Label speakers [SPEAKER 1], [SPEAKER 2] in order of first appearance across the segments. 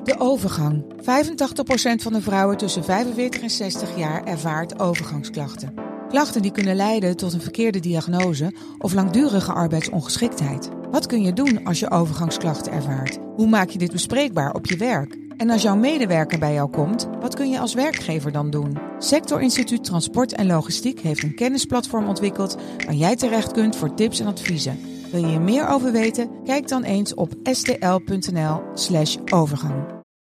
[SPEAKER 1] De overgang. 85% van de vrouwen tussen 45 en 60 jaar ervaart overgangsklachten. Klachten die kunnen leiden tot een verkeerde diagnose of langdurige arbeidsongeschiktheid. Wat kun je doen als je overgangsklachten ervaart? Hoe maak je dit bespreekbaar op je werk? En als jouw medewerker bij jou komt, wat kun je als werkgever dan doen? Sectorinstituut Transport en Logistiek heeft een kennisplatform ontwikkeld waar jij terecht kunt voor tips en adviezen. Wil je er meer over weten? Kijk dan eens op stl.nl/overgang.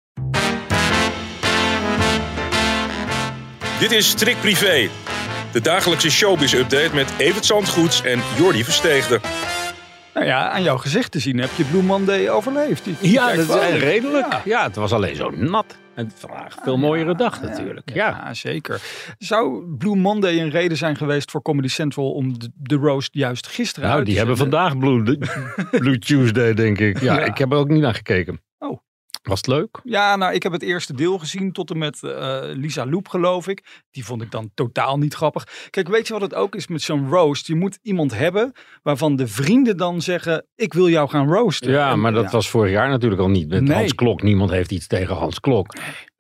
[SPEAKER 2] Dit is Strik Privé, de dagelijkse showbiz-update met Evert Zandgoeds en Jordi Versteegde.
[SPEAKER 3] Nou ja, aan jouw gezicht te zien heb je Blue Monday overleefd.
[SPEAKER 4] Ja, dat is redelijk. Ja, het was alleen zo nat. En vandaag veel mooiere dag natuurlijk.
[SPEAKER 3] Ja, zeker. Zou Blue Monday een reden zijn geweest voor Comedy Central om de roast juist gisteren uit te
[SPEAKER 4] die hebben vandaag Blue Tuesday, denk ik. Ja, ik heb er ook niet naar gekeken.
[SPEAKER 3] Oh.
[SPEAKER 4] Was het leuk?
[SPEAKER 3] Ja, nou, ik heb het eerste deel gezien tot en met Lisa Loep, geloof ik. Die vond ik dan totaal niet grappig. Kijk, weet je wat het ook is met zo'n roast? Je moet iemand hebben waarvan de vrienden dan zeggen, ik wil jou gaan roosten.
[SPEAKER 4] Ja, maar dat was vorig jaar natuurlijk al niet met Hans Klok. Niemand heeft iets tegen Hans Klok.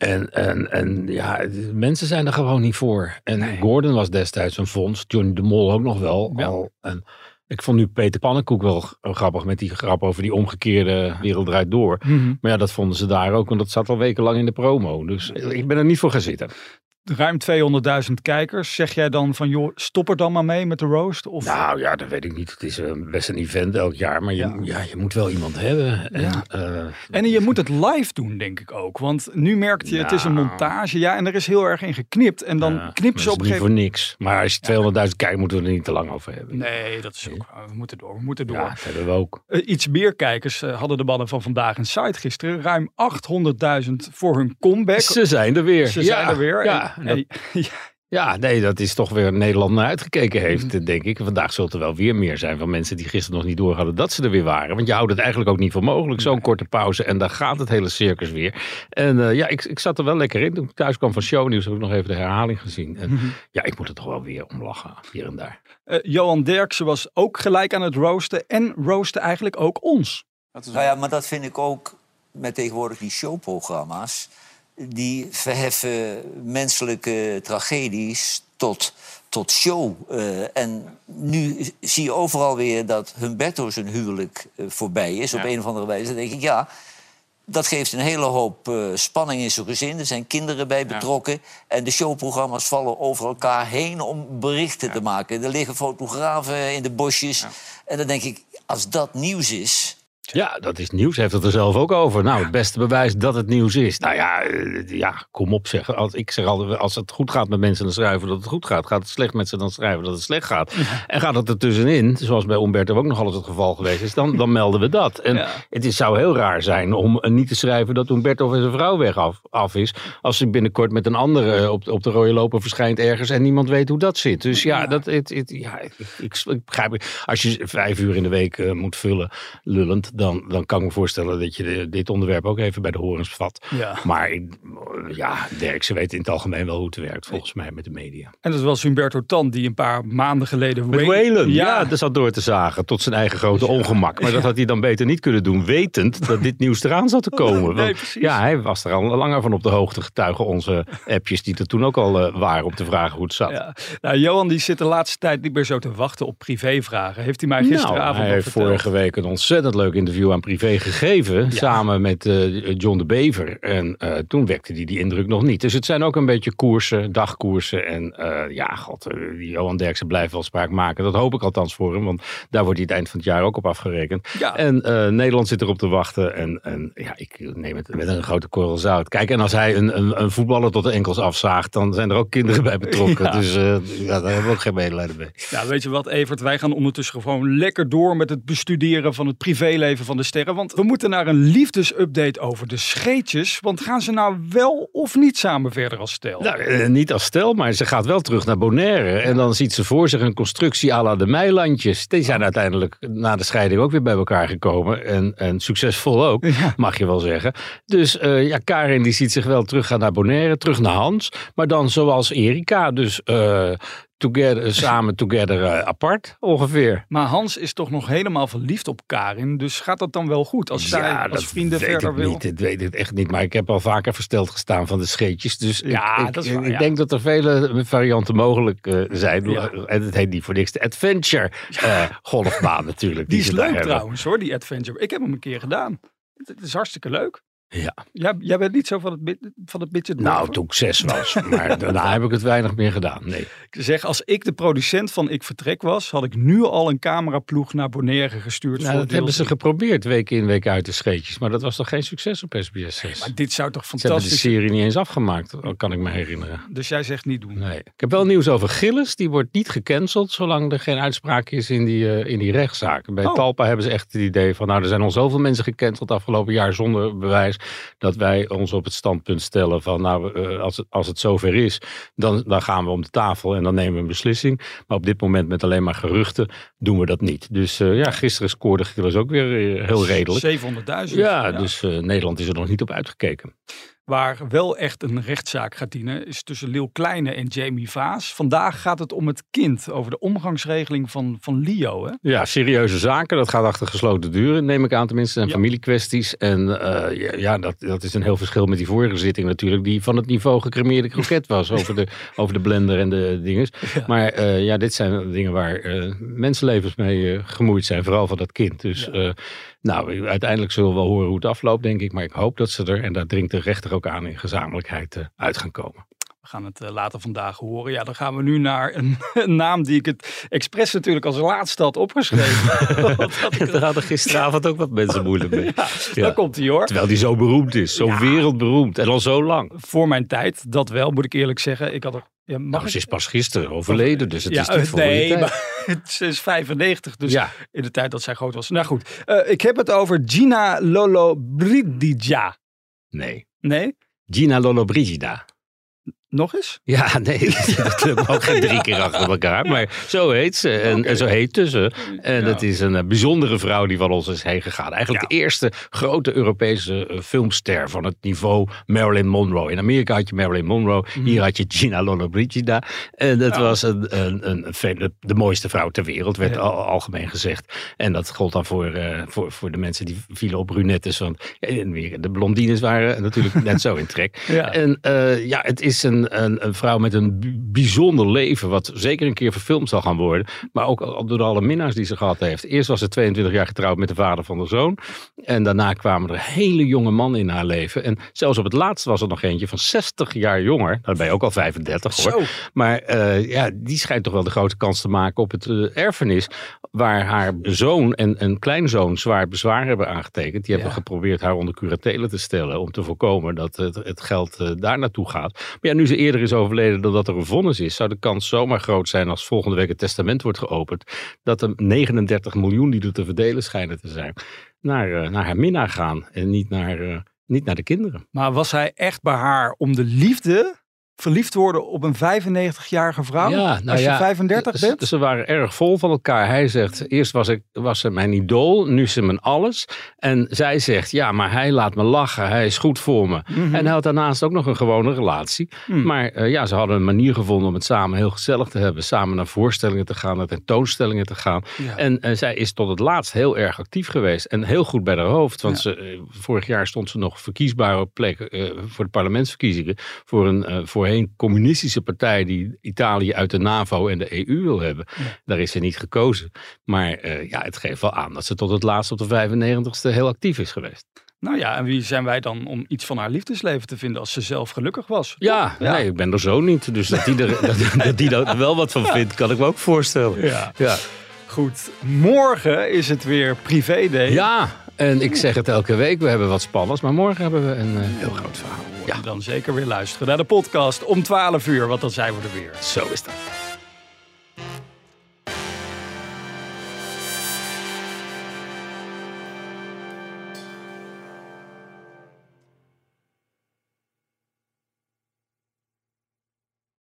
[SPEAKER 4] En ja, mensen zijn er gewoon niet voor. En Gordon was destijds een fonds. Johnny de Mol ook nog wel. Ja. Ik vond nu Peter Pannenkoek wel grappig met die grap over die omgekeerde Wereld Draait Door. Mm-hmm. Maar ja, dat vonden ze daar ook, want dat zat al wekenlang in de promo. Dus ik ben er niet voor gaan zitten.
[SPEAKER 3] Ruim 200.000 kijkers. Zeg jij dan van, joh, stop er dan maar mee met de roast? Of?
[SPEAKER 4] Nou ja, dat weet ik niet. Het is best een event elk jaar. Maar je moet wel iemand hebben.
[SPEAKER 3] En je moet het live doen, denk ik ook. Want nu merkt je, het is een montage. Ja, en er is heel erg in geknipt. En dan knippen ze op een gegeven moment.
[SPEAKER 4] Niet voor niks. Maar als je 200.000 kijkt, moeten we er niet te lang over hebben.
[SPEAKER 3] Nee, dat is ook. We moeten door.
[SPEAKER 4] Ja, dat hebben we ook.
[SPEAKER 3] Iets meer kijkers hadden de mannen van Vandaag in Site gisteren. Ruim 800.000 voor hun comeback.
[SPEAKER 4] Ze zijn er weer.
[SPEAKER 3] Ze zijn er weer.
[SPEAKER 4] Ja. Ja, nee, dat is toch weer Nederland naar uitgekeken heeft, denk ik. Vandaag zult er wel weer meer zijn van mensen die gisteren nog niet door hadden dat ze er weer waren. Want je houdt het eigenlijk ook niet voor mogelijk. Zo'n korte pauze en dan gaat het hele circus weer. En ik zat er wel lekker in. Toen ik thuis kwam van Shownieuws heb ik nog even de herhaling gezien. En ik moet er toch wel weer om lachen, hier en daar.
[SPEAKER 3] Johan Derksen was ook gelijk aan het roosten en rooste eigenlijk ook ons.
[SPEAKER 5] Nou ja, maar dat vind ik ook met tegenwoordig die showprogramma's. Die verheffen menselijke tragedies tot show. En nu zie je overal weer dat Humberto zijn huwelijk voorbij is. Op een of andere wijze. Dan denk ik, dat geeft een hele hoop spanning in zijn gezin. Er zijn kinderen bij betrokken. En de showprogramma's vallen over elkaar heen om berichten te maken. Er liggen fotografen in de bosjes. Ja. En dan denk ik, als dat nieuws is.
[SPEAKER 4] Ja, dat is nieuws. Hij heeft het er zelf ook over. Nou, het beste bewijs dat het nieuws is. Nou ja, kom op zeg. Ik zeg altijd, als het goed gaat met mensen, dan schrijven we dat het goed gaat. Gaat het slecht met ze, dan schrijven we dat het slecht gaat. Ja. En gaat het er tussenin, zoals bij Umberto ook nog altijd het geval geweest is, dan melden we dat. En het zou heel raar zijn om niet te schrijven dat Umberto van zijn vrouw weg af is. Als hij binnenkort met een andere op de rode loper verschijnt ergens en niemand weet hoe dat zit. Dus ik begrijp. Als je 5 uur in de week moet vullen, lullend, dan kan ik me voorstellen dat je dit onderwerp ook even bij de horens vat. Ja. Maar Derksen weet in het algemeen wel hoe het werkt, volgens mij, met de media.
[SPEAKER 3] En dat was Humberto Tan, die een paar maanden geleden
[SPEAKER 4] met Whalen. Ja, dat zat door te zagen tot zijn eigen grote ongemak. Maar dat had hij dan beter niet kunnen doen, wetend dat dit nieuws eraan zat te komen. Want, hij was er al langer van op de hoogte, getuigen onze appjes die er toen ook al waren om te vragen hoe het zat. Ja.
[SPEAKER 3] Nou, Johan die zit de laatste tijd niet meer zo te wachten op privévragen. Heeft hij mij gisteravond
[SPEAKER 4] hij heeft vorige week een ontzettend leuk interview aan Privé gegeven, samen met John de Bever. En toen wekte hij die indruk nog niet. Dus het zijn ook een beetje koersen, dagkoersen. En die Johan Derksen blijft wel spraak maken. Dat hoop ik althans voor hem, want daar wordt hij het eind van het jaar ook op afgerekend. Ja. En Nederland zit erop te wachten. En ik neem het met een grote korrel zout. Kijk, en als hij een voetballer tot de enkels afzaagt, dan zijn er ook kinderen bij betrokken. Ja. Dus daar hebben we ook geen medelijden mee.
[SPEAKER 3] Nou, weet je wat, Evert? Wij gaan ondertussen gewoon lekker door met het bestuderen van het privéleven van de sterren. Want we moeten naar een liefdesupdate over de scheetjes. Want gaan ze nou wel of niet samen verder als stel?
[SPEAKER 4] Nou, niet als stel, maar ze gaat wel terug naar Bonaire. Ja. En dan ziet ze voor zich een constructie à la de Meilandjes. Die zijn uiteindelijk na de scheiding ook weer bij elkaar gekomen. En succesvol ook, mag je wel zeggen. Dus Karin die ziet zich wel teruggaan naar Bonaire, terug naar Hans. Maar dan zoals Erika, dus samen, together, apart ongeveer.
[SPEAKER 3] Maar Hans is toch nog helemaal verliefd op Karin. Dus gaat dat dan wel goed als zij als vrienden verder wil?
[SPEAKER 4] Dat weet ik echt niet. Maar ik heb al vaker versteld gestaan van de scheetjes. Dus ik denk dat er vele varianten mogelijk zijn. Ja. En het heet niet voor niks de Adventure golfbaan natuurlijk.
[SPEAKER 3] Die is leuk trouwens hoor, die Adventure. Ik heb hem een keer gedaan. Het is hartstikke leuk.
[SPEAKER 4] Ja.
[SPEAKER 3] Jij bent niet zo van het budget.
[SPEAKER 4] Nou, toen ik 6 was. Maar daarna heb ik het weinig meer gedaan. Nee.
[SPEAKER 3] Ik zeg, als ik de producent van Ik Vertrek was, had ik nu al een cameraploeg naar Bonaire gestuurd.
[SPEAKER 4] Nou, dat hebben ze geprobeerd, week in, week uit de scheetjes. Maar dat was toch geen succes op SBS 6?
[SPEAKER 3] Maar dit zou toch fantastisch...
[SPEAKER 4] Ze hebben de serie niet eens afgemaakt, kan ik me herinneren.
[SPEAKER 3] Dus jij zegt niet doen?
[SPEAKER 4] Nee. Ik heb wel nieuws over Gillis. Die wordt niet gecanceld, zolang er geen uitspraak is in die rechtszaak. Bij Talpa hebben ze echt het idee van, nou, er zijn al zoveel mensen gecanceld afgelopen jaar zonder bewijs, dat wij ons op het standpunt stellen van, nou, als het zover is, dan gaan we om de tafel en dan nemen we een beslissing. Maar op dit moment met alleen maar geruchten doen we dat niet. Dus gisteren scoorde Gillis ook weer heel redelijk.
[SPEAKER 3] 700.000.
[SPEAKER 4] Ja, dus Nederland is er nog niet op uitgekeken.
[SPEAKER 3] Waar wel echt een rechtszaak gaat dienen, is tussen Leeuw Kleine en Jamie Vaas. Vandaag gaat het om het kind, over de omgangsregeling van Leo. Hè?
[SPEAKER 4] Ja, serieuze zaken. Dat gaat achter gesloten deuren, neem ik aan tenminste. En familiekwesties. En dat is een heel verschil met die vorige zitting natuurlijk, die van het niveau gecremeerde kroket was over de blender en de dinges. Ja. Maar dit zijn dingen waar mensenlevens mee gemoeid zijn, vooral van dat kind. Dus uiteindelijk zullen we wel horen hoe het afloopt, denk ik. Maar ik hoop dat ze er, en daar dringt de rechter ook aan, in gezamenlijkheid uit gaan komen.
[SPEAKER 3] We gaan het later vandaag horen. Ja, dan gaan we nu naar een naam die ik het expres natuurlijk als laatste had opgeschreven.
[SPEAKER 4] Daar hadden gisteravond ook wat mensen moeilijk mee.
[SPEAKER 3] Daar komt hij hoor.
[SPEAKER 4] Terwijl die zo beroemd is, zo wereldberoemd en al zo lang.
[SPEAKER 3] Voor mijn tijd, dat wel, moet ik eerlijk zeggen. Ik had er...
[SPEAKER 4] Ze is pas gisteren overleden, dus het is niet voor die tijd.
[SPEAKER 3] Maar ze is 95, dus in de tijd dat zij groot was. Nou goed, ik heb het over Gina Lollobrigida. Nee?
[SPEAKER 4] Gina Lollobrigida.
[SPEAKER 3] Nog eens?
[SPEAKER 4] Ja, nee, dat ook geen 3 keer achter elkaar. Maar zo heet ze en zo heette ze. En het is een bijzondere vrouw die van ons is heen gegaan. Eigenlijk de eerste grote Europese filmster van het niveau Marilyn Monroe. In Amerika had je Marilyn Monroe, hier had je Gina Lollobrigida. En dat was de mooiste vrouw ter wereld, werd algemeen gezegd. En dat gold dan voor de mensen die vielen op brunettes. Want de blondines waren natuurlijk net zo in trek. Ja. En het is een vrouw met een bijzonder leven, wat zeker een keer verfilmd zal gaan worden. Maar ook door alle minnaars die ze gehad heeft. Eerst was ze 22 jaar getrouwd met de vader van de zoon. En daarna kwamen er hele jonge mannen in haar leven. En zelfs op het laatst was er nog eentje van 60 jaar jonger. Dan ben je ook al 35 hoor. Zo. Maar die schijnt toch wel de grote kans te maken op het erfenis. Waar haar zoon en kleinzoon zwaar bezwaar hebben aangetekend. Die hebben geprobeerd haar onder curatele te stellen. Om te voorkomen dat het geld daar naartoe gaat. Maar ja, nu ze eerder is overleden dan dat er een vonnis is, zou de kans zomaar groot zijn als volgende week het testament wordt geopend, dat er 39 miljoen die er te verdelen schijnen te zijn, naar haar minnaar gaan en niet naar de kinderen.
[SPEAKER 3] Maar was hij echt bij haar om de liefde verliefd worden op een 95-jarige vrouw?
[SPEAKER 4] Ja,
[SPEAKER 3] als je 35 bent?
[SPEAKER 4] Ze waren erg vol van elkaar. Hij zegt, eerst was ze mijn idool, nu is ze mijn alles. En zij zegt, ja, maar hij laat me lachen, hij is goed voor me. Mm-hmm. En hij had daarnaast ook nog een gewone relatie. Maar ze hadden een manier gevonden om het samen heel gezellig te hebben. Samen naar voorstellingen te gaan, naar tentoonstellingen te gaan. Ja. En zij is tot het laatst heel erg actief geweest. En heel goed bij haar hoofd. Want vorig jaar stond ze nog verkiesbare plek voor de parlementsverkiezingen. Voor een voorheen communistische partij die Italië uit de NAVO en de EU wil hebben. Ja. Daar is ze niet gekozen. Maar het geeft wel aan dat ze tot het laatst op de 95ste heel actief is geweest.
[SPEAKER 3] Nou ja, en wie zijn wij dan om iets van haar liefdesleven te vinden als ze zelf gelukkig was?
[SPEAKER 4] Ja. Nee, ik ben er zo niet. Dus dat die er wel wat van vindt, kan ik me ook voorstellen. Ja.
[SPEAKER 3] Goed, morgen is het weer privé-day.
[SPEAKER 4] Ja, en ik zeg het elke week, we hebben wat spannends. Maar morgen hebben we een heel groot verhaal.
[SPEAKER 3] Ja. Dan zeker weer luisteren naar de podcast om 12 uur, want dan zijn we er weer.
[SPEAKER 4] Zo is dat.